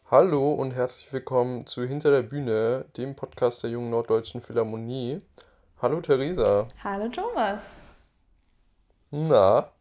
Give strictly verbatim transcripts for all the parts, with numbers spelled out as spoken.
Hallo und herzlich willkommen zu Hinter der Bühne, dem Podcast der Jungen Norddeutschen Philharmonie. Hallo Theresa. Hallo Thomas. Na,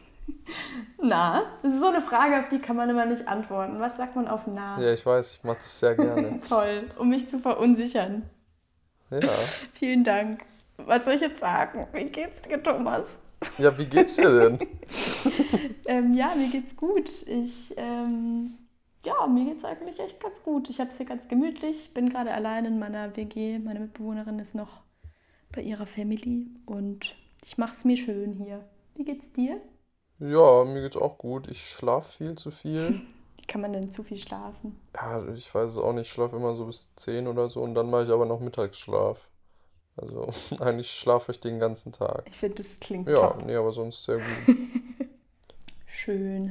Na, das ist so eine Frage, auf die kann man immer nicht antworten. Was sagt man auf Na? ja, ich weiß, ich mache das sehr gerne. Toll, um mich zu verunsichern. Ja. Vielen Dank. Was soll ich jetzt sagen? Wie geht's dir, Thomas? Ja, wie geht's dir denn? Ähm, ja, mir geht's gut. Ich, ähm, ja, mir geht's eigentlich echt ganz gut. Ich habe es hier ganz gemütlich. Bin gerade allein in meiner W G. Meine Mitbewohnerin ist noch bei ihrer Family und ich mache es mir schön hier. Wie geht's dir? Ja, mir geht's auch gut. Ich schlafe viel zu viel. Wie kann man denn zu viel schlafen? Ja, ich weiß es auch nicht, ich schlafe immer so bis zehn oder so und dann mache ich aber noch Mittagsschlaf. Also eigentlich schlafe ich den ganzen Tag. Ich finde, das klingt Ja, top. nee, aber sonst sehr gut. Schön.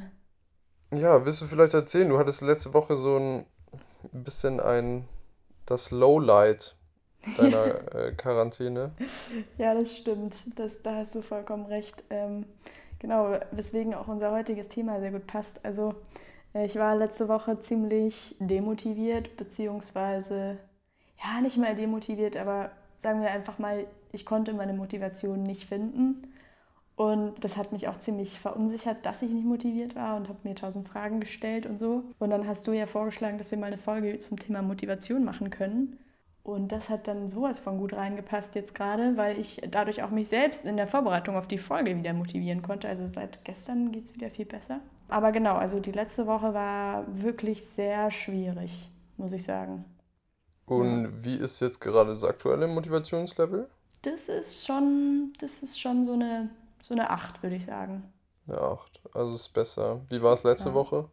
Ja, willst du vielleicht erzählen? Du hattest letzte Woche so ein bisschen ein, das Lowlight deiner äh, Quarantäne. Ja, das stimmt. Das, da hast du vollkommen recht. Ähm, genau, weswegen auch unser heutiges Thema sehr gut passt. Also, äh, ich war letzte Woche ziemlich demotiviert, beziehungsweise, ja, nicht mal demotiviert, aber sagen wir einfach mal, ich konnte meine Motivation nicht finden. Und das hat mich auch ziemlich verunsichert, dass ich nicht motiviert war und habe mir tausend Fragen gestellt und so. Und dann hast du ja vorgeschlagen, dass wir mal eine Folge zum Thema Motivation machen können. Und das hat dann sowas von gut reingepasst jetzt gerade, weil ich dadurch auch mich selbst in der Vorbereitung auf die Folge wieder motivieren konnte. Also seit gestern geht es wieder viel besser. Aber genau, also die letzte Woche war wirklich sehr schwierig, muss ich sagen. Ja. Und wie ist jetzt gerade das aktuelle Motivationslevel? Das ist schon, das ist schon so eine, so eine acht, würde ich sagen. Eine acht. Also ist besser. Wie war es letzte Ja. Woche?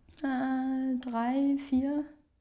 Äh, drei, vier,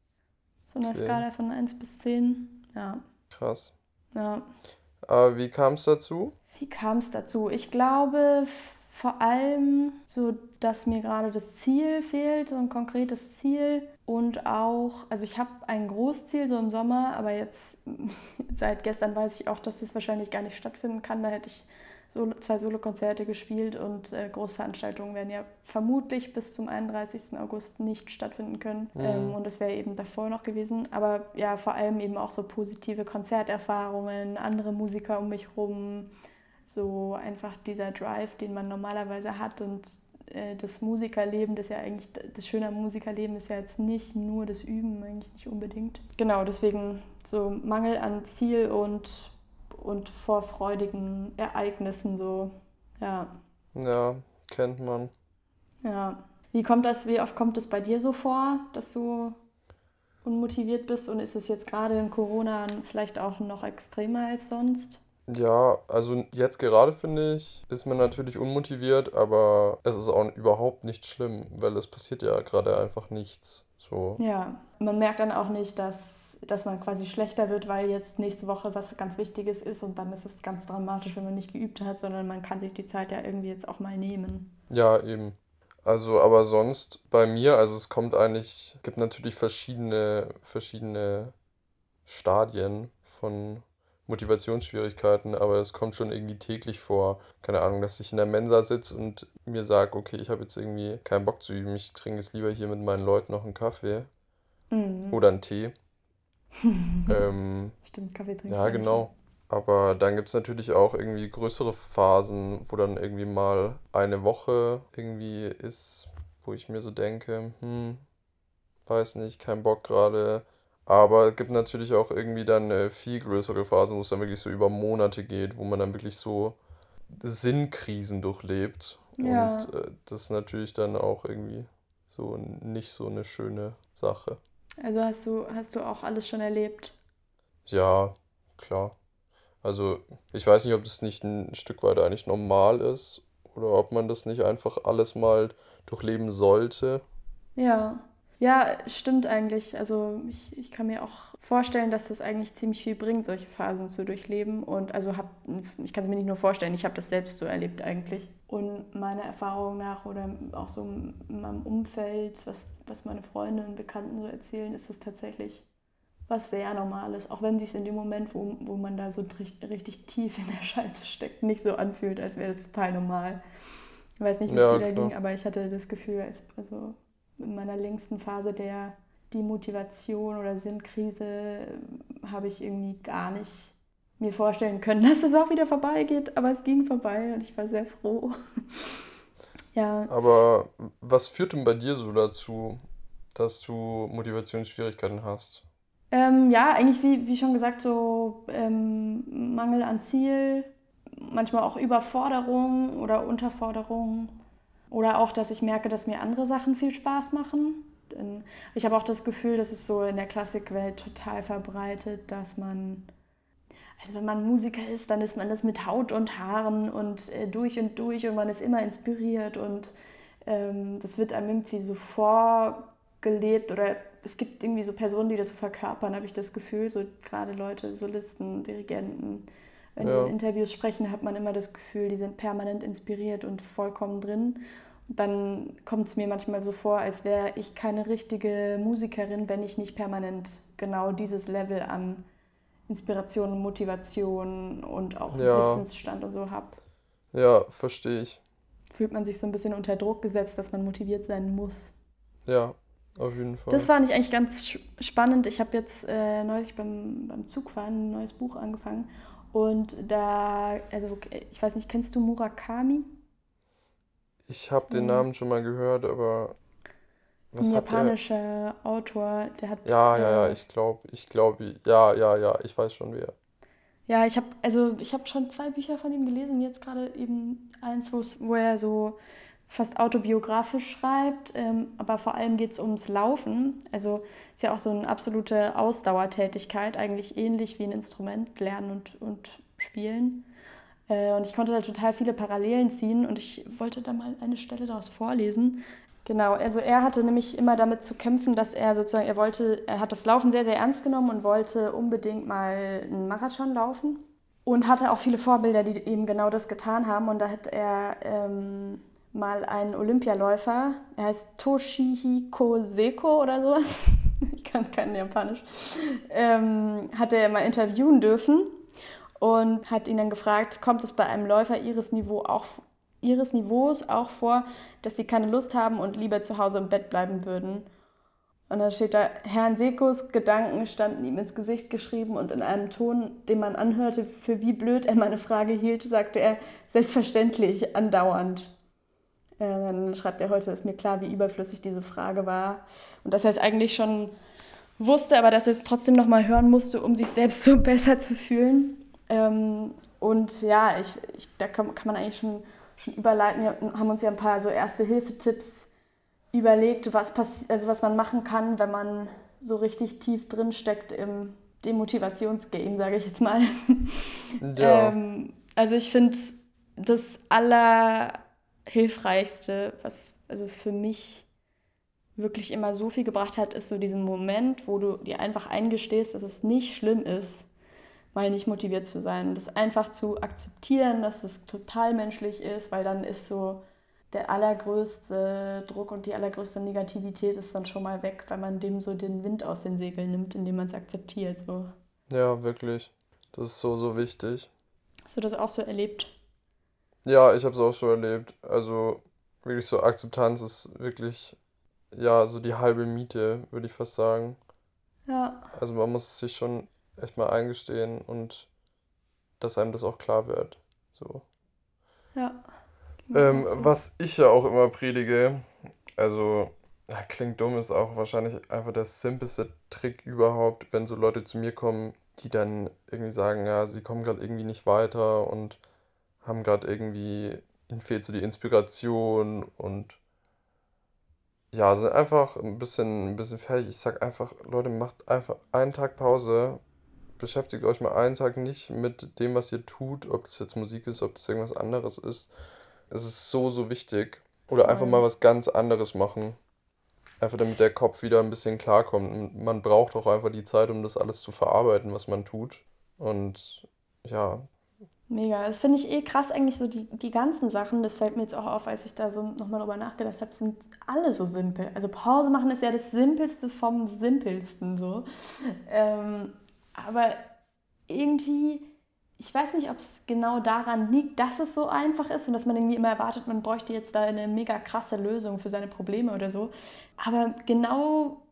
so eine Okay, Skala von eins bis zehn. Ja, krass. ja. Aber wie kam es dazu? Wie kam es dazu? Ich glaube f- vor allem so, dass mir gerade das Ziel fehlt, so ein konkretes Ziel. Und auch, also ich habe ein Großziel so im Sommer, aber jetzt seit gestern weiß ich auch, dass das wahrscheinlich gar nicht stattfinden kann. Da hätte ich so zwei Solokonzerte gespielt und äh, Großveranstaltungen werden ja vermutlich bis zum einunddreißigsten August nicht stattfinden können. Ähm, Hm, und das wäre eben davor noch gewesen. Aber ja, vor allem eben auch so positive Konzerterfahrungen, andere Musiker um mich rum, so einfach dieser Drive, den man normalerweise hat und äh, das Musikerleben, das ja eigentlich, das Schöne am Musikerleben ist ja jetzt nicht nur das Üben, eigentlich nicht unbedingt. Genau, deswegen so Mangel an Ziel und, und vorfreudigen Ereignissen so, ja, ja, kennt man. ja. Wie kommt das, wie oft kommt es bei dir so vor, dass du unmotiviert bist und ist es jetzt gerade in Corona vielleicht auch noch extremer als sonst? Ja, also jetzt gerade finde ich, ist man natürlich unmotiviert, aber es ist auch überhaupt nicht schlimm, weil es passiert ja gerade einfach nichts. So. Ja, man merkt dann auch nicht, dass, dass man quasi schlechter wird, weil jetzt nächste Woche was ganz Wichtiges ist und dann ist es ganz dramatisch, wenn man nicht geübt hat, sondern man kann sich die Zeit ja irgendwie jetzt auch mal nehmen. Ja, eben. Also, aber sonst bei mir, also es kommt eigentlich, gibt natürlich verschiedene, verschiedene Stadien von Motivationsschwierigkeiten, aber es kommt schon irgendwie täglich vor. Keine Ahnung, dass ich in der Mensa sitze und mir sage, okay, ich habe jetzt irgendwie keinen Bock zu üben, ich trinke jetzt lieber hier mit meinen Leuten noch einen Kaffee Mhm. oder einen Tee. Ähm, Stimmt, Kaffee trinkst du ja, ja nicht mehr. genau. Aber dann gibt es natürlich auch irgendwie größere Phasen, wo dann irgendwie mal eine Woche irgendwie ist, wo ich mir so denke, hm, weiß nicht, kein Bock gerade. Aber es gibt natürlich auch irgendwie dann äh, viel größere Phasen, wo es dann wirklich so über Monate geht, wo man dann wirklich so Sinnkrisen durchlebt. Ja, Und äh, das ist natürlich dann auch irgendwie so nicht so eine schöne Sache. also hast du, hast du auch alles schon erlebt. Ja, klar. Also ich weiß nicht, ob das nicht ein Stück weit eigentlich normal ist oder ob man das nicht einfach alles mal durchleben sollte. Ja. Ja, stimmt eigentlich. Also ich, ich kann mir auch vorstellen, dass das eigentlich ziemlich viel bringt, solche Phasen zu durchleben. Und also hab, ich kann es mir nicht nur vorstellen, ich habe das selbst so erlebt eigentlich. Und meiner Erfahrung nach oder auch so in meinem Umfeld, was, was meine Freunde und Bekannten so erzählen, ist es tatsächlich was sehr Normales. Auch wenn sich in dem Moment, wo, wo man da so richtig, richtig tief in der Scheiße steckt, nicht so anfühlt, als wäre das total normal. Ich weiß nicht, wie es dir Ja, da ging, klar. aber ich hatte das Gefühl, als, also in meiner längsten Phase der die Motivation oder Sinnkrise habe ich irgendwie gar nicht mir vorstellen können, dass es auch wieder vorbeigeht, aber es ging vorbei und ich war sehr froh. Ja. Aber was führt denn bei dir so dazu, dass du Motivationsschwierigkeiten hast? Ähm, ja, eigentlich wie, wie schon gesagt, so ähm, Mangel an Ziel, manchmal auch Überforderung oder Unterforderung oder auch, dass ich merke, dass mir andere Sachen viel Spaß machen. Denn ich habe auch das Gefühl, dass es so in der Klassikwelt total verbreitet, dass man, also wenn man Musiker ist, dann ist man das mit Haut und Haaren und äh, durch und durch und man ist immer inspiriert und ähm, das wird einem irgendwie so vorgelebt oder es gibt irgendwie so Personen, die das so verkörpern, habe ich das Gefühl, so gerade Leute, Solisten, Dirigenten, wenn die in Ja, Interviews sprechen, hat man immer das Gefühl, die sind permanent inspiriert und vollkommen drin. Und dann kommt es mir manchmal so vor, als wäre ich keine richtige Musikerin, wenn ich nicht permanent genau dieses Level an Inspiration und Motivation und auch ja, Wissensstand und so habe. ja, verstehe ich. Fühlt man sich so ein bisschen unter Druck gesetzt, dass man motiviert sein muss. Ja, auf jeden Das Fall. fand ich eigentlich ganz spannend. Ich habe jetzt äh, neulich beim, beim Zugfahren ein neues Buch angefangen. Und da, also ich weiß nicht, kennst du Murakami? Ich habe den So Namen schon mal gehört, aber ein was hat der? japanischer Autor, der hat, Ja, ja, ja, äh, ich glaube, ich glaube, ja, ja, ja, ich weiß schon wer. ja, ich habe, also ich habe schon zwei Bücher von ihm gelesen, jetzt gerade eben eins, wo's- wo er so fast autobiografisch schreibt, ähm, aber vor allem geht es ums Laufen. Also ist ja auch so eine absolute Ausdauertätigkeit, eigentlich ähnlich wie ein Instrument lernen und, und spielen. Äh, und ich konnte da total viele Parallelen ziehen und ich wollte da mal eine Stelle daraus vorlesen. Genau, also er hatte nämlich immer damit zu kämpfen, dass er sozusagen, er wollte, er hat das Laufen sehr, sehr ernst genommen und wollte unbedingt mal einen Marathon laufen und hatte auch viele Vorbilder, die eben genau das getan haben. Und da hat er ähm, mal einen Olympialäufer, er heißt Toshihiko Seko oder sowas, ich kann kein Japanisch, ähm, hat er mal interviewen dürfen und hat ihn dann gefragt, kommt es bei einem Läufer ihres, Niveau auch, ihres Niveaus auch vor, dass sie keine Lust haben und lieber zu Hause im Bett bleiben würden? Und dann steht da, Herrn Sekos Gedanken standen ihm ins Gesicht geschrieben und in einem Ton, den man anhörte, für wie blöd er meine Frage hielt, sagte er, selbstverständlich, andauernd. Äh, dann schreibt er, heute ist mir klar, wie überflüssig diese Frage war. Und dass er es eigentlich schon wusste, aber dass er es trotzdem nochmal hören musste, um sich selbst so besser zu fühlen. Ähm, und ja, ich, ich, da kann, kann man eigentlich schon, schon überleiten. Wir haben uns ja ein paar so Erste-Hilfe-Tipps überlegt, was, passi- also was man machen kann, wenn man so richtig tief drin steckt im Demotivationsgame, sage ich jetzt mal. Ja, ähm, also ich finde, das Allerhilfreichste, was also für mich wirklich immer so viel gebracht hat, ist so diesen Moment, wo du dir einfach eingestehst, dass es nicht schlimm ist, mal nicht motiviert zu sein. Das einfach zu akzeptieren, dass es total menschlich ist, weil dann ist so der allergrößte Druck und die allergrößte Negativität ist dann schon mal weg, weil man dem so den Wind aus den Segeln nimmt, indem man es akzeptiert. So. ja, wirklich. Das ist so, so wichtig. Hast du das auch so erlebt? Ja, ich habe es auch schon erlebt. Also wirklich so Akzeptanz ist wirklich, ja, so die halbe Miete, würde ich fast sagen. Ja, Also man muss es sich schon echt mal eingestehen und dass einem das auch klar wird. So. ja, ging mir Ähm, auch so. was ich ja auch immer predige, also ja, klingt dumm, ist auch wahrscheinlich einfach der simpelste Trick überhaupt, wenn so Leute zu mir kommen, die dann irgendwie sagen, ja, sie kommen gerade irgendwie nicht weiter und haben gerade irgendwie, ihnen fehlt so die Inspiration und ja, sind einfach ein bisschen, ein bisschen fertig. Ich sag einfach, Leute, macht einfach einen Tag Pause, beschäftigt euch mal einen Tag nicht mit dem, was ihr tut, ob das jetzt Musik ist, ob das irgendwas anderes ist. Es ist so, so wichtig. Oder einfach mal Voll. was ganz anderes machen. Einfach damit der Kopf wieder ein bisschen klarkommt. Und man braucht auch einfach die Zeit, um das alles zu verarbeiten, was man tut. Und ja, Mega. Das finde ich eh krass, eigentlich so die, die ganzen Sachen, das fällt mir jetzt auch auf, als ich da so nochmal drüber nachgedacht habe, sind alle so simpel. Also Pause machen ist ja das Simpelste vom Simpelsten so. Ähm, aber irgendwie, ich weiß nicht, ob es genau daran liegt, dass es so einfach ist und dass man irgendwie immer erwartet, man bräuchte jetzt da eine mega krasse Lösung für seine Probleme oder so. Aber genau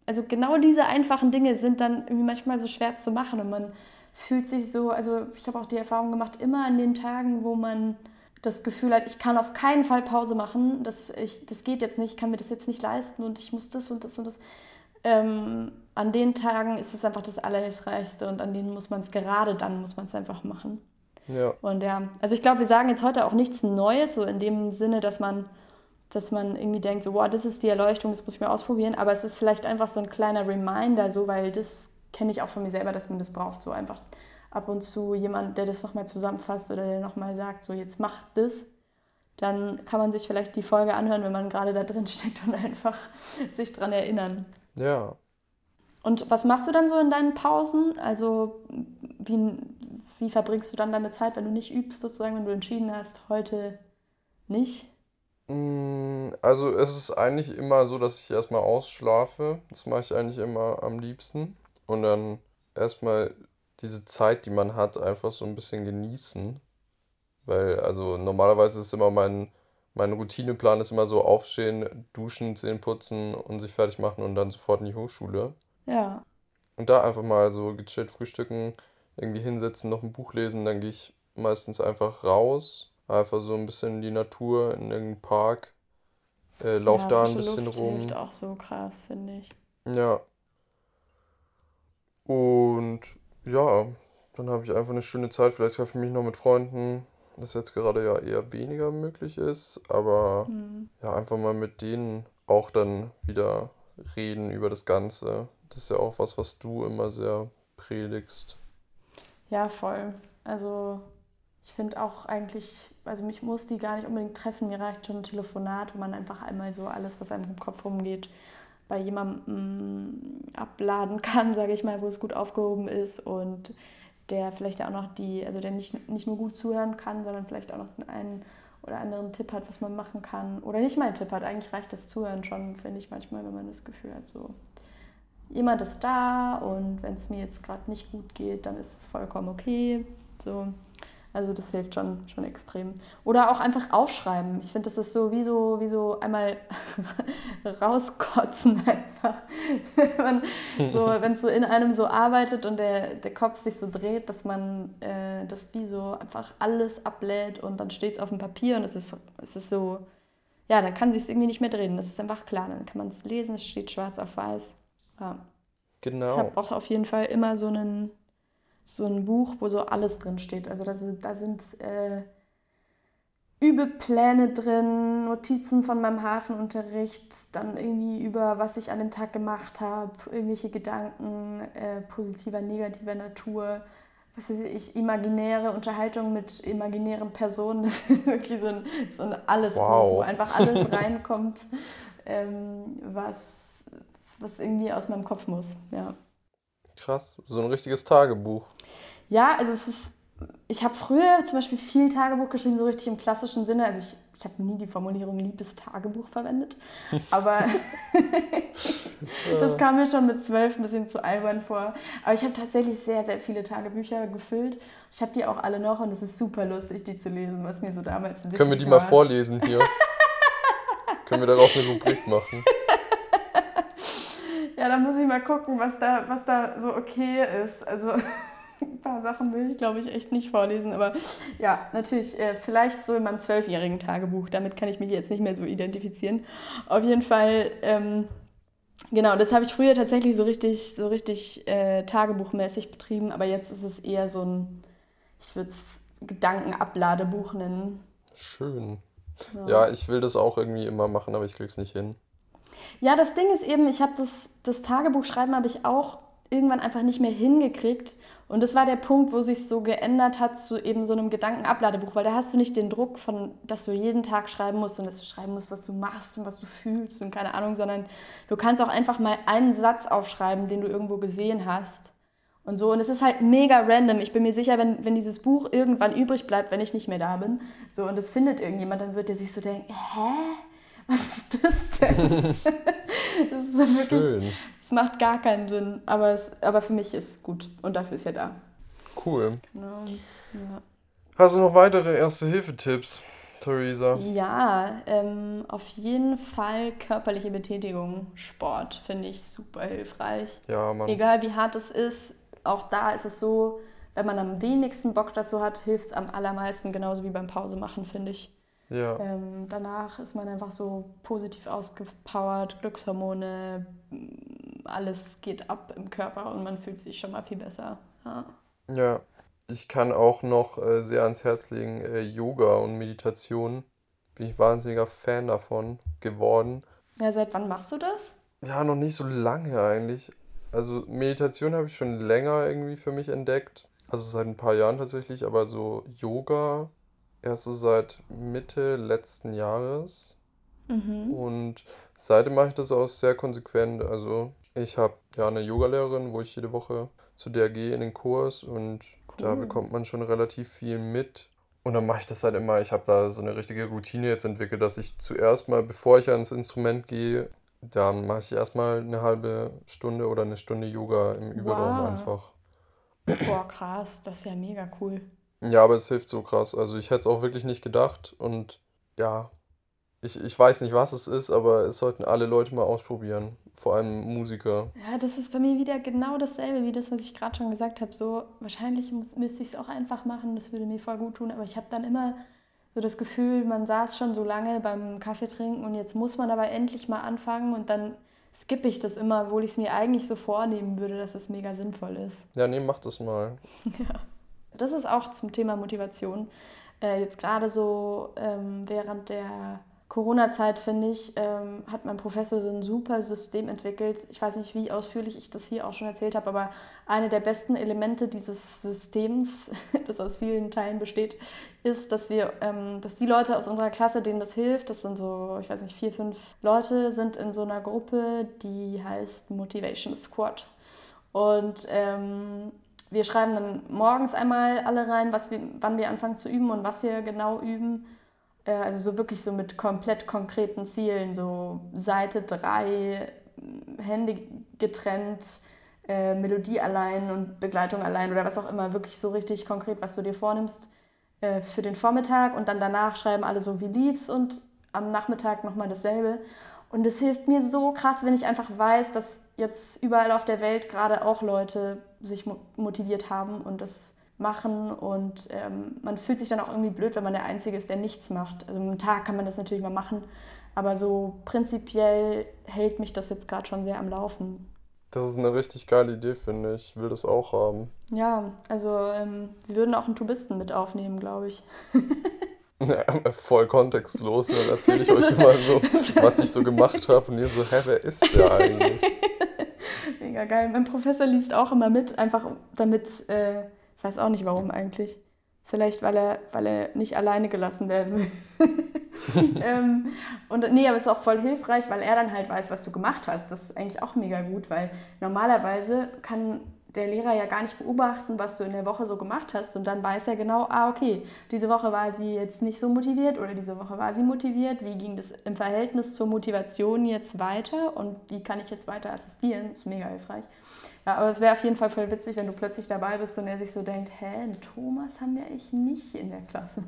also genau diese einfachen Dinge sind dann irgendwie manchmal so schwer zu machen und man fühlt sich so, also ich habe auch die Erfahrung gemacht, immer an den Tagen, wo man das Gefühl hat, ich kann auf keinen Fall Pause machen, das, ich, das geht jetzt nicht, ich kann mir das jetzt nicht leisten und ich muss das und das und das. Ähm, an den Tagen ist es einfach das Allerhilfreichste und an denen muss man es, gerade dann muss man es einfach machen. Ja. Und ja, also ich glaube, wir sagen jetzt heute auch nichts Neues, so in dem Sinne, dass man, dass man irgendwie denkt, so, wow, das ist die Erleuchtung, das muss ich mal ausprobieren, aber es ist vielleicht einfach so ein kleiner Reminder, so, weil das kenne ich auch von mir selber, dass man das braucht, so einfach ab und zu jemand, der das nochmal zusammenfasst oder der nochmal sagt, so, jetzt mach das, dann kann man sich vielleicht die Folge anhören, wenn man gerade da drin steckt und einfach sich dran erinnern. Ja. Und was machst du dann so in deinen Pausen? Also wie, wie verbringst du dann deine Zeit, wenn du nicht übst, sozusagen, wenn du entschieden hast, heute nicht? Also es ist eigentlich immer so, dass ich erstmal ausschlafe. Das mache ich eigentlich immer am liebsten. Und dann erstmal diese Zeit, die man hat, einfach so ein bisschen genießen. Weil, also normalerweise ist immer mein, mein Routineplan ist immer so aufstehen, duschen, Zähne putzen und sich fertig machen und dann sofort in die Hochschule. Ja. Und da einfach mal so gechillt frühstücken, irgendwie hinsetzen, noch ein Buch lesen, dann gehe ich meistens einfach raus, einfach so ein bisschen in die Natur, in irgendeinen Park, äh, lauf Ja, da ein frische bisschen Luft hilft rum. auch so krass, finde ich. Ja, und ja, dann habe ich einfach eine schöne Zeit. Vielleicht treffe ich mich noch mit Freunden, was jetzt gerade ja eher weniger möglich ist, aber Hm. ja, einfach mal mit denen auch dann wieder reden über das Ganze. Das ist ja auch was, was du immer sehr predigst. Ja, voll. Also ich finde auch eigentlich, also mich muss die gar nicht unbedingt treffen, mir reicht schon ein Telefonat, wo man einfach einmal so alles, was einem im Kopf rumgeht, bei jemandem abladen kann, sage ich mal, wo es gut aufgehoben ist und der vielleicht auch noch die, also der nicht, nicht nur gut zuhören kann, sondern vielleicht auch noch einen oder anderen Tipp hat, was man machen kann. Oder nicht mal einen Tipp hat, eigentlich reicht das Zuhören schon, finde ich manchmal, wenn man das Gefühl hat, so jemand ist da und wenn es mir jetzt gerade nicht gut geht, dann ist es vollkommen okay. So. Also das hilft schon, schon extrem. Oder auch einfach aufschreiben. Ich finde, das ist so wie so, wie so einmal rauskotzen einfach. Wenn so, wenn es so in einem so arbeitet und der, der Kopf sich so dreht, dass man äh, das wie so einfach alles ablädt und dann steht es auf dem Papier und es ist, es ist so, ja, dann kann sich es irgendwie nicht mehr drehen. Das ist einfach klar, dann kann man es lesen, es steht schwarz auf weiß. Ja. Ich Genau. habe auch auf jeden Fall immer so einen so ein Buch, wo so alles drin steht. Also da sind, da sind äh, Übepläne drin, Notizen von meinem Hafenunterricht, dann irgendwie über, was ich an dem Tag gemacht habe, irgendwelche Gedanken äh, positiver, negativer Natur, was weiß ich, imaginäre Unterhaltung mit imaginären Personen. Das ist wirklich so ein, so ein Alles-Buch, Wow. wo einfach alles reinkommt, ähm, was, was irgendwie aus meinem Kopf muss, ja. Krass, so ein richtiges Tagebuch. Ja, also es ist, ich habe früher zum Beispiel viel Tagebuch geschrieben, so richtig im klassischen Sinne. Also ich, ich habe nie die Formulierung liebes Tagebuch verwendet, aber das kam mir schon mit zwölf ein bisschen zu albern vor. Aber ich habe tatsächlich sehr, sehr viele Tagebücher gefüllt. Ich habe die auch alle noch und es ist super lustig, die zu lesen, was mir so damals wichtig war. Können wir die mal vorlesen hier? Können wir daraus eine Rubrik machen? Ja, da muss ich mal gucken, was da, was da so okay ist. Also ein paar Sachen will ich, glaube ich, echt nicht vorlesen. Aber ja, natürlich, äh, vielleicht so in meinem zwölfjährigen Tagebuch. Damit kann ich mich jetzt nicht mehr so identifizieren. Auf jeden Fall, ähm, genau, das habe ich früher tatsächlich so richtig, so richtig äh, tagebuchmäßig betrieben. Aber jetzt ist es eher so ein, ich würde es Gedankenabladebuch nennen. Schön. Ja. Ja, ich will das auch irgendwie immer machen, aber ich krieg's nicht hin. Ja, das Ding ist eben, ich habe das, das Tagebuchschreiben habe ich auch irgendwann einfach nicht mehr hingekriegt. Und das war der Punkt, wo sich so geändert hat zu eben so einem Gedankenabladebuch, weil da hast du nicht den Druck von, dass du jeden Tag schreiben musst und dass du schreiben musst, was du machst und was du fühlst und keine Ahnung, sondern du kannst auch einfach mal einen Satz aufschreiben, den du irgendwo gesehen hast. Und so, und es ist halt mega random. Ich bin mir sicher, wenn, wenn dieses Buch irgendwann übrig bleibt, wenn ich nicht mehr da bin, so, und das findet irgendjemand, dann wird der sich so denken, hä? Was ist das denn? Das ist so wirklich, Schön. es macht gar keinen Sinn, aber, es, aber für mich ist es gut und dafür ist er da. Cool. Genau. Ja. Hast du noch weitere Erste-Hilfe-Tipps, Theresa? Ja, ähm, auf jeden Fall körperliche Betätigung, Sport, finde ich super hilfreich. Ja, Mann. Egal wie hart es ist, auch da ist es so, wenn man am wenigsten Bock dazu hat, hilft es am allermeisten, genauso wie beim Pausemachen, finde ich. Ja. Ähm, danach ist man einfach so positiv ausgepowert, Glückshormone, alles geht ab im Körper und man fühlt sich schon mal viel besser. Ja. Ja. Ich kann auch noch äh, sehr ans Herz legen, äh, Yoga und Meditation. Bin ich wahnsinniger Fan davon geworden. Ja, seit wann machst du das? Ja, noch nicht so lange eigentlich. Also Meditation habe ich schon länger irgendwie für mich entdeckt. Also seit ein paar Jahren tatsächlich, aber so Yoga erst so seit Mitte letzten Jahres. Mhm. Und seitdem mache ich das auch sehr konsequent. Also ich habe ja eine Yogalehrerin, wo ich jede Woche zu der gehe in den Kurs und da Cool. bekommt man schon relativ viel mit. Und dann mache ich das halt immer. Ich habe da so eine richtige Routine jetzt entwickelt, dass ich zuerst mal, bevor ich ans Instrument gehe, dann mache ich erstmal eine halbe Stunde oder eine Stunde Yoga im Überraum Wow. einfach. Boah, krass, das ist ja mega cool. Ja, aber es hilft so krass. Also ich hätte es auch wirklich nicht gedacht. Und ja, ich, ich weiß nicht, was es ist, aber es sollten alle Leute mal ausprobieren. Vor allem Musiker. Ja, das ist bei mir wieder genau dasselbe wie das, was ich gerade schon gesagt habe. So, wahrscheinlich muss, müsste ich es auch einfach machen, das würde mir voll gut tun, aber ich habe dann immer so das Gefühl, man saß schon so lange beim Kaffee trinken und jetzt muss man aber endlich mal anfangen und dann skippe ich das immer, obwohl ich es mir eigentlich so vornehmen würde, dass es mega sinnvoll ist. Ja, nee, mach das mal. Ja. Das ist auch zum Thema Motivation. Äh, jetzt gerade so ähm, während der Corona-Zeit, finde ich, ähm, hat mein Professor so ein super System entwickelt. Ich weiß nicht, wie ausführlich ich das hier auch schon erzählt habe, aber eine der besten Elemente dieses Systems, das aus vielen Teilen besteht, ist, dass wir, ähm, dass die Leute aus unserer Klasse, denen das hilft, das sind so, ich weiß nicht, vier, fünf Leute, sind in so einer Gruppe, die heißt Motivation Squad. Und ähm, wir schreiben dann morgens einmal alle rein, was wir, wann wir anfangen zu üben und was wir genau üben. Also so wirklich so mit komplett konkreten Zielen, so Seite drei, Hände getrennt, äh, Melodie allein und Begleitung allein oder was auch immer, wirklich so richtig konkret, was du dir vornimmst äh, für den Vormittag und dann danach schreiben alle so, wie lief's und am Nachmittag nochmal dasselbe. Und es hilft mir so krass, wenn ich einfach weiß, dass jetzt überall auf der Welt gerade auch Leute sich motiviert haben und das machen und ähm, man fühlt sich dann auch irgendwie blöd, wenn man der Einzige ist, der nichts macht. Also am Tag kann man das natürlich mal machen, aber so prinzipiell hält mich das jetzt gerade schon sehr am Laufen. Das ist eine richtig geile Idee, finde ich. Ich will das auch haben. Ja, also ähm, wir würden auch einen Tubisten mit aufnehmen, glaube ich. Ja, voll kontextlos. Und dann erzähle ich euch immer so, was ich so gemacht habe. Und ihr so, hä, wer ist der eigentlich? Mega geil. Mein Professor liest auch immer mit, einfach damit... Äh, Ich weiß auch nicht, warum eigentlich. Vielleicht, weil er, weil er nicht alleine gelassen werden will. ähm, und nee, aber es ist auch voll hilfreich, weil er dann halt weiß, was du gemacht hast. Das ist eigentlich auch mega gut, weil normalerweise kann der Lehrer ja gar nicht beobachten, was du in der Woche so gemacht hast. Und dann weiß er genau, ah, okay, diese Woche war sie jetzt nicht so motiviert oder diese Woche war sie motiviert. Wie ging das im Verhältnis zur Motivation jetzt weiter und wie kann ich jetzt weiter assistieren? Das ist mega hilfreich. Ja, aber es wäre auf jeden Fall voll witzig, wenn du plötzlich dabei bist und er sich so denkt, hä, den Thomas haben wir echt nicht in der Klasse.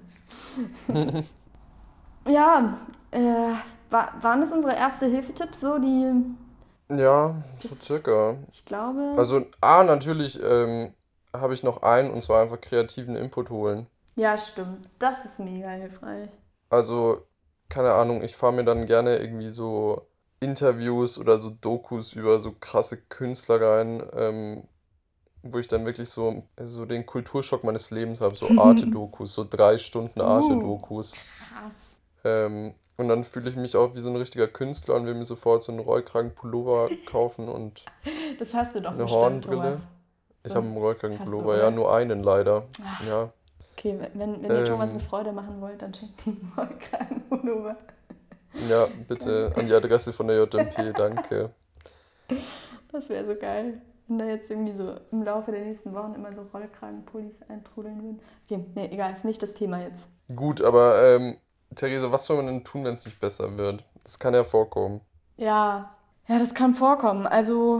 Ja, äh, war, waren das unsere erste Hilfetipps so, die... Ja, so Das- circa. Ich glaube... Also, ah, natürlich ähm, habe ich noch einen, und zwar einfach kreativen Input holen. Ja, stimmt. Das ist mega hilfreich. Also, keine Ahnung, ich fahre mir dann gerne irgendwie so Interviews oder so Dokus über so krasse Künstler rein, ähm, wo ich dann wirklich so, so den Kulturschock meines Lebens habe, so Arte-Dokus, so drei Stunden Arte-Dokus. Krass. Ähm, und dann fühle ich mich auch wie so ein richtiger Künstler und will mir sofort so einen Rollkragenpullover kaufen und Das hast du doch eine bestimmt, Hornbrille. Thomas. Ich So. habe einen Hast Rollkragenpullover, du, ja, oder? nur einen leider. Ach. Ja, Okay, wenn, wenn ihr Thomas Ähm. eine Freude machen wollt, dann schickt ihn mal Kragenpullover. ja, bitte an die Adresse von der J M P, danke. Das wäre so geil, wenn da jetzt irgendwie so im Laufe der nächsten Wochen immer so Rollkragenpullis eintrudeln würden. Okay, nee, egal, ist nicht das Thema jetzt. Gut, aber ähm, Theresa, was soll man denn tun, wenn es nicht besser wird? Das kann ja vorkommen. Ja, ja, das kann vorkommen. Also,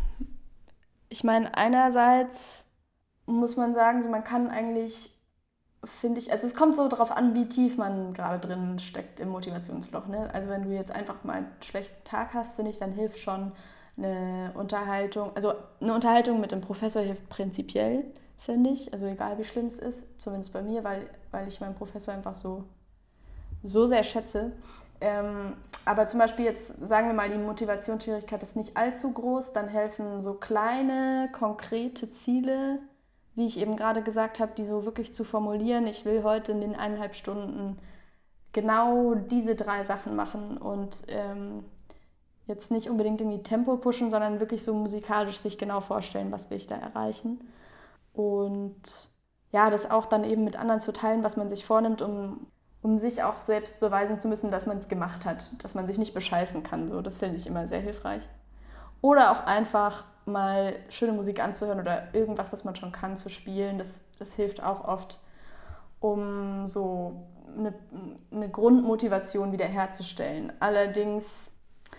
ich meine, einerseits muss man sagen, so man kann eigentlich finde ich, also es kommt so darauf an, wie tief man gerade drin steckt im Motivationsloch. Ne? Also wenn du jetzt einfach mal einen schlechten Tag hast, finde ich, dann hilft schon eine Unterhaltung. Also eine Unterhaltung mit dem Professor hilft prinzipiell, finde ich. Also egal wie schlimm es ist, zumindest bei mir, weil, weil ich meinen Professor einfach so, so sehr schätze. Ähm, aber zum Beispiel jetzt, sagen wir mal, die Motivationsschwierigkeit ist nicht allzu groß, dann helfen so kleine, konkrete Ziele, wie ich eben gerade gesagt habe, die so wirklich zu formulieren. Ich will heute in den eineinhalb Stunden genau diese drei Sachen machen und ähm, jetzt nicht unbedingt irgendwie Tempo pushen, sondern wirklich so musikalisch sich genau vorstellen, was will ich da erreichen. Und ja, das auch dann eben mit anderen zu teilen, was man sich vornimmt, um, um sich auch selbst beweisen zu müssen, dass man es gemacht hat, dass man sich nicht bescheißen kann. So, das finde ich immer sehr hilfreich. Oder auch einfach mal schöne Musik anzuhören oder irgendwas, was man schon kann, zu spielen. Das, das hilft auch oft, um so eine, eine Grundmotivation wiederherzustellen. Allerdings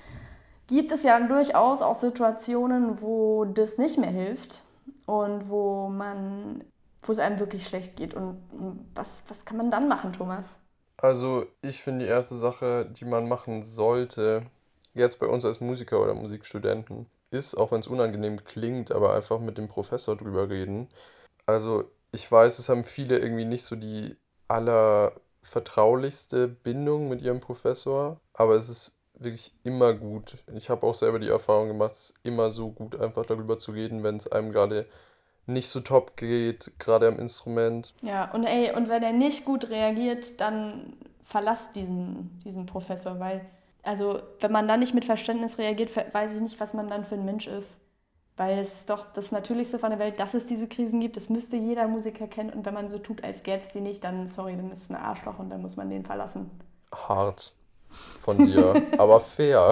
gibt es ja durchaus auch Situationen, wo das nicht mehr hilft und wo man, wo es einem wirklich schlecht geht. Und was, was kann man dann machen, Thomas? Also ich finde die erste Sache, die man machen sollte, jetzt bei uns als Musiker oder Musikstudenten, ist, auch wenn es unangenehm klingt, aber einfach mit dem Professor drüber reden. Also ich weiß, es haben viele irgendwie nicht so die allervertraulichste Bindung mit ihrem Professor, aber es ist wirklich immer gut. Ich habe auch selber die Erfahrung gemacht, es ist immer so gut, einfach darüber zu reden, wenn es einem gerade nicht so top geht, gerade am Instrument. Ja, und ey, und wenn er nicht gut reagiert, dann verlasst diesen, diesen Professor, weil, also, wenn man dann nicht mit Verständnis reagiert, weiß ich nicht, was man dann für ein Mensch ist. Weil es ist doch das Natürlichste von der Welt, dass es diese Krisen gibt. Das müsste jeder Musiker kennen. Und wenn man so tut, als gäbe es die nicht, dann, sorry, dann ist es ein Arschloch und dann muss man den verlassen. Hart von dir, aber fair.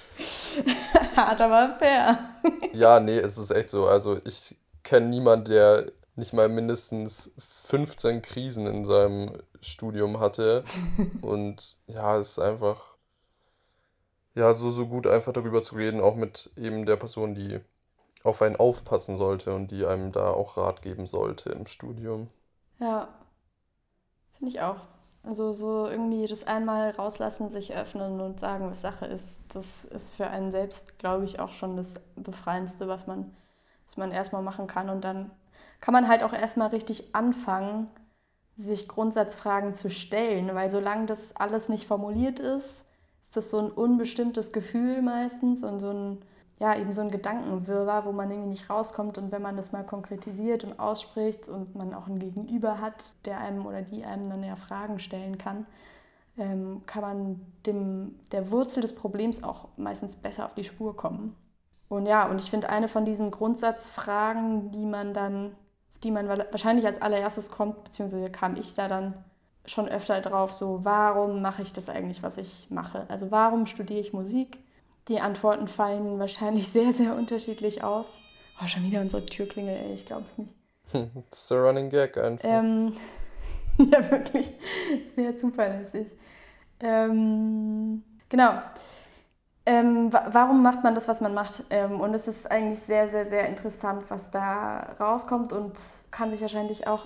Hart, aber fair. Ja, nee, es ist echt so. Also ich kenne niemanden, der nicht mal mindestens fünfzehn Krisen in seinem Studium hatte. Und ja, es ist einfach, ja, so, so gut einfach darüber zu reden, auch mit eben der Person, die auf einen aufpassen sollte und die einem da auch Rat geben sollte im Studium. Ja, finde ich auch. Also so irgendwie das einmal rauslassen, sich öffnen und sagen, was Sache ist, das ist für einen selbst, glaube ich, auch schon das Befreiendste, was man, was man erstmal machen kann. Und dann kann man halt auch erstmal richtig anfangen, sich Grundsatzfragen zu stellen, weil solange das alles nicht formuliert ist, ist das so ein unbestimmtes Gefühl meistens und so ein, ja, eben so ein Gedankenwirrwarr, wo man irgendwie nicht rauskommt. Und wenn man das mal konkretisiert und ausspricht und man auch ein Gegenüber hat, der einem oder die einem dann ja Fragen stellen kann, ähm, kann man dem, der Wurzel des Problems auch meistens besser auf die Spur kommen. Und ja, und ich finde, eine von diesen Grundsatzfragen, die man dann, auf die man wahrscheinlich als allererstes kommt, beziehungsweise kam ich da dann schon öfter drauf, so, warum mache ich das eigentlich, was ich mache? Also warum studiere ich Musik? Die Antworten fallen wahrscheinlich sehr, sehr unterschiedlich aus. Oh, schon wieder unsere Türklingel, ey, ich glaube es nicht. Das ist der Running Gag einfach. Ähm, ja, wirklich sehr zuverlässig. Ähm, genau. Ähm, wa- warum macht man das, was man macht? Ähm, und es ist eigentlich sehr, sehr, sehr interessant, was da rauskommt und kann sich wahrscheinlich auch...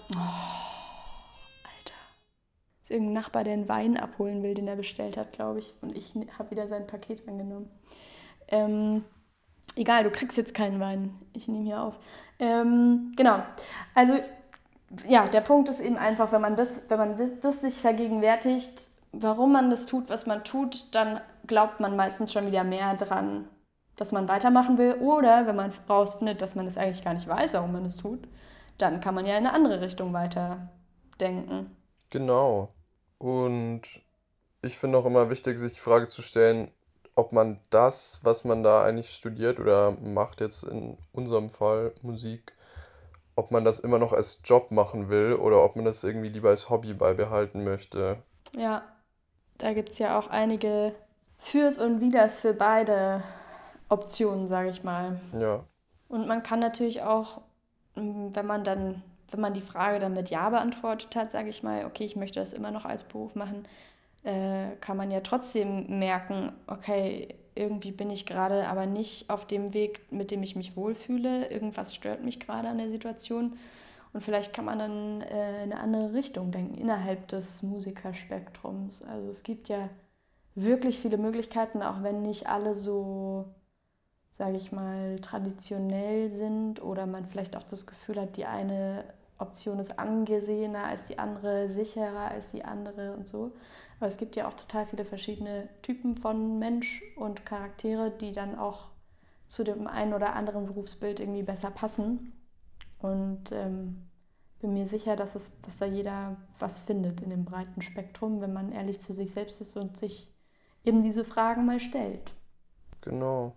Oh, Alter. Ist irgendein Nachbar, der einen Wein abholen will, den er bestellt hat, glaube ich. Und ich habe wieder sein Paket angenommen. Ähm, egal, du kriegst jetzt keinen Wein. Ich nehme hier auf. Ähm, genau. Also, ja, der Punkt ist eben einfach, wenn man das, wenn man das, das sich vergegenwärtigt, warum man das tut, was man tut, dann glaubt man meistens schon wieder mehr dran, dass man weitermachen will. Oder wenn man rausfindet, dass man es eigentlich gar nicht weiß, warum man es tut, dann kann man ja in eine andere Richtung weiterdenken. Genau. Und ich finde auch immer wichtig, sich die Frage zu stellen, ob man das, was man da eigentlich studiert oder macht, jetzt in unserem Fall Musik, ob man das immer noch als Job machen will oder ob man das irgendwie lieber als Hobby beibehalten möchte. Ja, da gibt es ja auch einige Fürs und Widers für beide Optionen, sage ich mal. Ja, Und man kann natürlich auch, m, wenn man dann, wenn man die Frage dann mit Ja beantwortet hat, sage ich mal, okay, ich möchte das immer noch als Beruf machen, äh, kann man ja trotzdem merken, okay, irgendwie bin ich gerade aber nicht auf dem Weg, mit dem ich mich wohlfühle. Irgendwas stört mich gerade an der Situation. Und vielleicht kann man dann äh, in eine andere Richtung denken, innerhalb des Musikerspektrums. Also es gibt ja wirklich viele Möglichkeiten, auch wenn nicht alle so, sage ich mal, traditionell sind oder man vielleicht auch das Gefühl hat, die eine Option ist angesehener als die andere, sicherer als die andere und so. Aber es gibt ja auch total viele verschiedene Typen von Mensch und Charaktere, die dann auch zu dem einen oder anderen Berufsbild irgendwie besser passen. Und ähm, bin mir sicher, dass, es, dass da jeder was findet in dem breiten Spektrum, wenn man ehrlich zu sich selbst ist und sich eben diese Fragen mal stellt. Genau.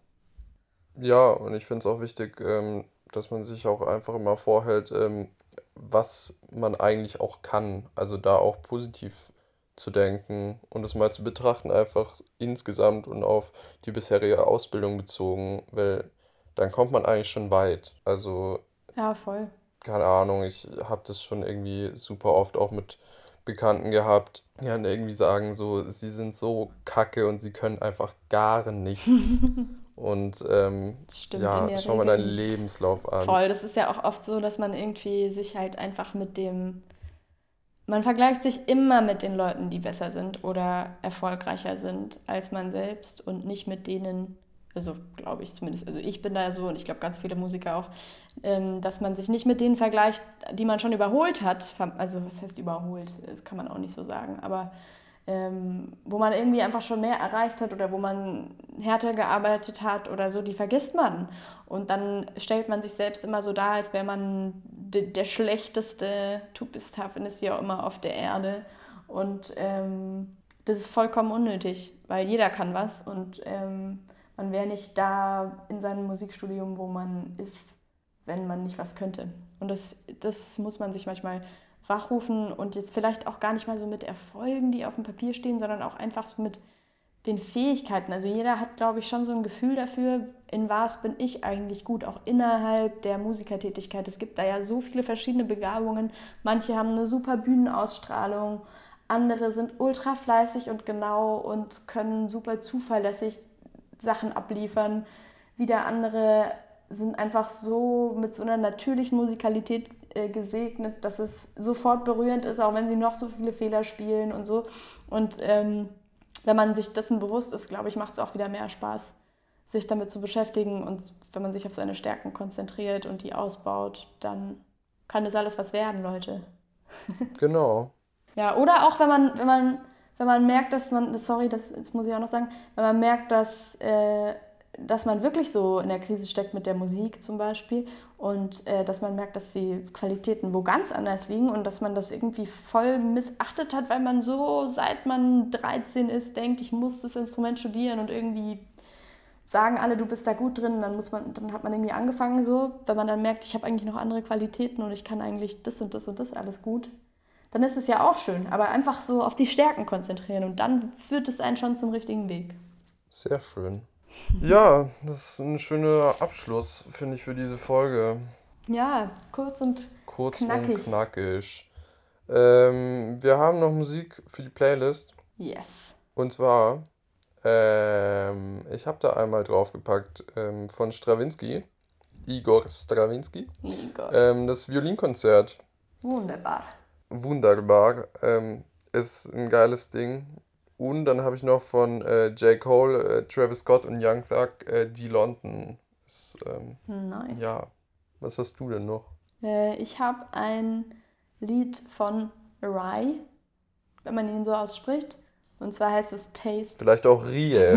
Ja, und ich finde es auch wichtig, ähm, dass man sich auch einfach immer vorhält, ähm, was man eigentlich auch kann. Also da auch positiv zu denken und das mal zu betrachten, einfach insgesamt und auf die bisherige Ausbildung bezogen, weil dann kommt man eigentlich schon weit. Also, Ja, voll. keine Ahnung, ich habe das schon irgendwie super oft auch mit Bekannten gehabt, die dann irgendwie sagen so, sie sind so kacke und sie können einfach gar nichts. Und ähm, Das stimmt in ja, der schau mal Regel deinen nicht. Lebenslauf an. Voll, das ist ja auch oft so, dass man irgendwie sich halt einfach mit dem, man vergleicht sich immer mit den Leuten, die besser sind oder erfolgreicher sind als man selbst und nicht mit denen, also glaube ich zumindest, also ich bin da so und ich glaube ganz viele Musiker auch, ähm, dass man sich nicht mit denen vergleicht, die man schon überholt hat. Also was heißt überholt, das kann man auch nicht so sagen, aber ähm, wo man irgendwie einfach schon mehr erreicht hat oder wo man härter gearbeitet hat oder so, die vergisst man. Und dann stellt man sich selbst immer so dar, als wäre man de- der schlechteste Tupis-Tafelnis, wie auch immer, auf der Erde. Und ähm, das ist vollkommen unnötig, weil jeder kann was und ähm, man wäre nicht da in seinem Musikstudium, wo man ist, wenn man nicht was könnte. Und das, das muss man sich manchmal wachrufen und jetzt vielleicht auch gar nicht mal so mit Erfolgen, die auf dem Papier stehen, sondern auch einfach so mit den Fähigkeiten. Also jeder hat, glaube ich, schon so ein Gefühl dafür, in was bin ich eigentlich gut, auch innerhalb der Musikertätigkeit. Es gibt da ja so viele verschiedene Begabungen. Manche haben eine super Bühnenausstrahlung, andere sind ultra fleißig und genau und können super zuverlässig Sachen abliefern. Wieder andere sind einfach so mit so einer natürlichen Musikalität äh, gesegnet, dass es sofort berührend ist, auch wenn sie noch so viele Fehler spielen und so. Und ähm, wenn man sich dessen bewusst ist, glaube ich, macht es auch wieder mehr Spaß, sich damit zu beschäftigen. Und wenn man sich auf seine Stärken konzentriert und die ausbaut, dann kann das alles was werden, Leute. Genau. Ja, oder auch wenn man, wenn man, wenn man merkt, dass man, sorry, das, das muss ich auch noch sagen, wenn man merkt, dass, äh, dass man wirklich so in der Krise steckt mit der Musik zum Beispiel und äh, dass man merkt, dass die Qualitäten wo ganz anders liegen und dass man das irgendwie voll missachtet hat, weil man so, seit man dreizehn ist, denkt, ich muss das Instrument studieren und irgendwie sagen alle, du bist da gut drin, dann muss man, dann hat man irgendwie angefangen so, wenn man dann merkt, ich habe eigentlich noch andere Qualitäten und ich kann eigentlich das und das und das alles gut, dann ist es ja auch schön, aber einfach so auf die Stärken konzentrieren und dann führt es einen schon zum richtigen Weg. Sehr schön. Ja, das ist ein schöner Abschluss, finde ich, für diese Folge. Ja, kurz und Kurz knackig. und knackig. Ähm, wir haben noch Musik für die Playlist. Yes. Und zwar, ähm, ich habe da einmal draufgepackt ähm, von Stravinsky, Igor Stravinsky, Igor. ähm, das Violinkonzert. Wunderbar. Wunderbar. Ähm, ist ein geiles Ding. Und dann habe ich noch von äh, J. Cole, äh, Travis Scott und Young Thug, äh, Die London. Ist, ähm, Nice. ja, was hast du denn noch? Äh, ich habe ein Lied von Rai, wenn man ihn so ausspricht. Und zwar heißt es Taste. Vielleicht auch Rie.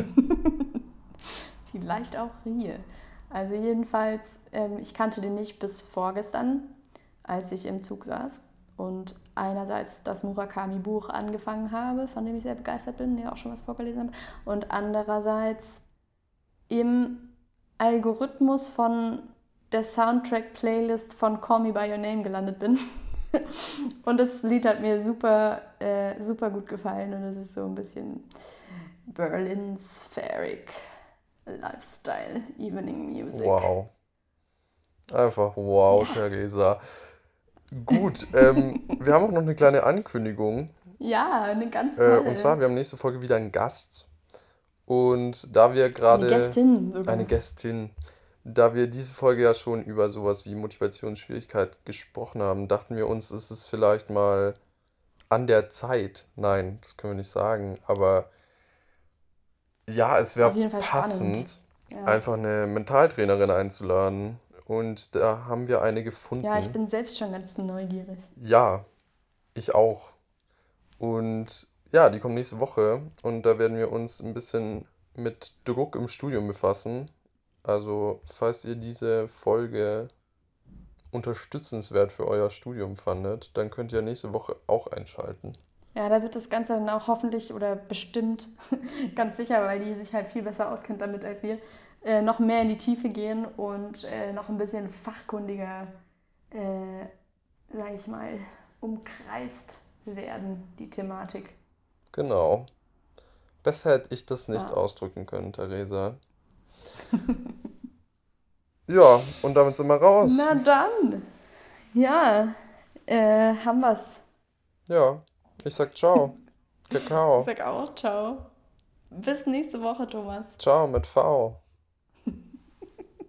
Vielleicht auch Rie. Also jedenfalls, ähm, ich kannte den nicht bis vorgestern, als ich im Zug saß und einerseits das Murakami-Buch angefangen habe, von dem ich sehr begeistert bin, der auch schon was vorgelesen habe, und andererseits im Algorithmus von der Soundtrack-Playlist von Call Me By Your Name gelandet bin. Und das Lied hat mir super, äh, super gut gefallen und es ist so ein bisschen Berlin Spheric Lifestyle Evening Music. Wow. Einfach wow, Ja. Theresa. Gut, ähm, wir haben auch noch eine kleine Ankündigung. Ja, eine ganz Äh, tolle. und zwar, wir haben nächste Folge wieder einen Gast. Und da wir gerade... Eine Gästin sogar. Eine Gästin. da wir diese Folge ja schon über sowas wie Motivationsschwierigkeit gesprochen haben, dachten wir uns, es ist vielleicht mal an der Zeit. Nein, das können wir nicht sagen, aber ja, es Auf wäre jeden Fall spannend. passend, Ja. einfach eine Mentaltrainerin einzuladen. Und da haben wir eine Ja, ich gefunden. bin selbst schon ganz neugierig. Ja, ich auch. Und ja, die kommt nächste Woche und da werden wir uns ein bisschen mit Druck im Studium befassen. Also, falls ihr diese Folge unterstützenswert für euer Studium fandet, dann könnt ihr nächste Woche auch einschalten. Ja, da wird das Ganze dann auch hoffentlich oder bestimmt, ganz sicher, weil die sich halt viel besser auskennt damit als wir, äh, noch mehr in die Tiefe gehen und äh, noch ein bisschen fachkundiger, äh, sag ich mal, umkreist werden, die Thematik. Genau. Besser hätte ich das nicht Ja. ausdrücken können, Theresa. Ja, und damit sind wir raus. Na dann, ja, äh, haben wir's. Ja, ich sag ciao. Ich Kakao. sag auch ciao. Bis nächste Woche, Thomas. Ciao mit V.